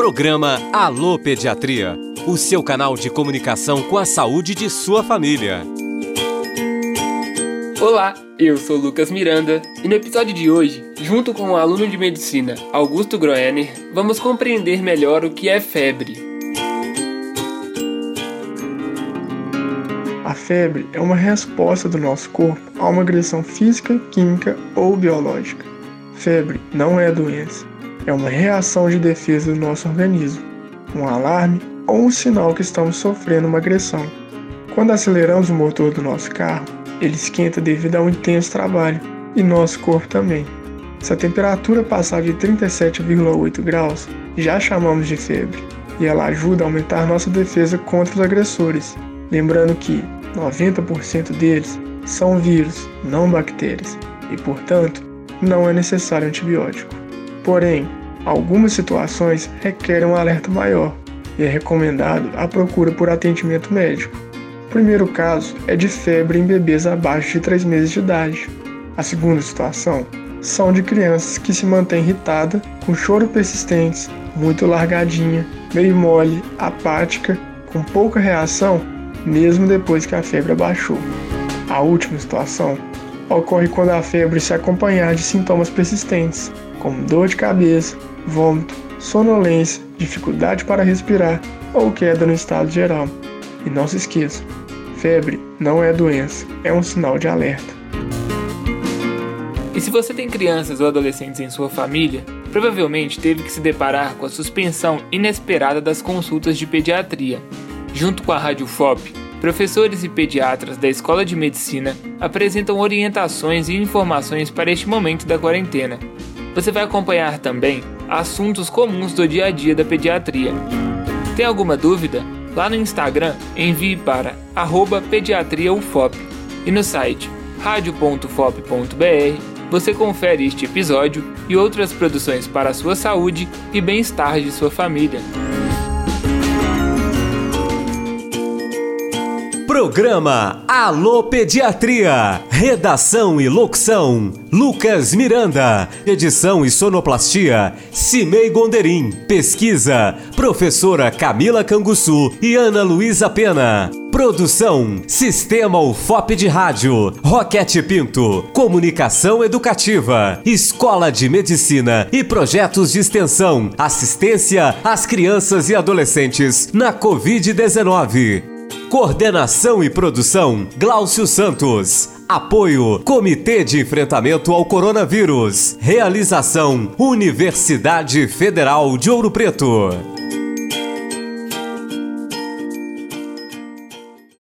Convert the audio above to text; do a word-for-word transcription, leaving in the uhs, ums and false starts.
Programa Alô Pediatria, o seu canal de comunicação com a saúde de sua família. Olá, eu sou Lucas Miranda e no episódio de hoje, junto com o aluno de medicina Augusto Groener, vamos compreender melhor o que é febre. A febre é uma resposta do nosso corpo a uma agressão física, química ou biológica. Febre não é doença, é uma reação de defesa do nosso organismo, um alarme ou um sinal que estamos sofrendo uma agressão. Quando aceleramos o motor do nosso carro, ele esquenta devido a um intenso trabalho, e nosso corpo também. Se a temperatura passar de trinta e sete vírgula oito graus, já chamamos de febre, e ela ajuda a aumentar nossa defesa contra os agressores, lembrando que noventa por cento deles são vírus, não bactérias, e portanto, não é necessário antibiótico. Porém, algumas situações requerem um alerta maior e é recomendado a procura por atendimento médico. O primeiro caso é de febre em bebês abaixo de três meses de idade. A segunda situação são de crianças que se mantêm irritadas, com choro persistente, muito largadinha, meio mole, apática, com pouca reação, mesmo depois que a febre abaixou. A última situação ocorre quando a febre se acompanhar de sintomas persistentes, como dor de cabeça, vômito, sonolência, dificuldade para respirar ou queda no estado geral. E não se esqueça, febre não é doença, é um sinal de alerta. E se você tem crianças ou adolescentes em sua família, provavelmente teve que se deparar com a suspensão inesperada das consultas de pediatria. Junto com a Rádio F O P, professores e pediatras da Escola de Medicina apresentam orientações e informações para este momento da quarentena. Você vai acompanhar também assuntos comuns do dia a dia da pediatria. Tem alguma dúvida? Lá no Instagram, envie para arroba pediatriaufop e no site radio ponto fop ponto br você confere este episódio e outras produções para a sua saúde e bem-estar de sua família. Programa Alô Pediatria. Redação e locução: Lucas Miranda. Edição e sonoplastia: Cimei Gonderim. Pesquisa: Professora Camila Canguçu e Ana Luísa Pena. Produção: Sistema U F O P de Rádio, Roquete Pinto, Comunicação Educativa, Escola de Medicina e Projetos de Extensão, Assistência às Crianças e Adolescentes na covid dezenove. Coordenação e produção: Glaucio Santos. Apoio: Comitê de Enfrentamento ao Coronavírus. Realização: Universidade Federal de Ouro Preto.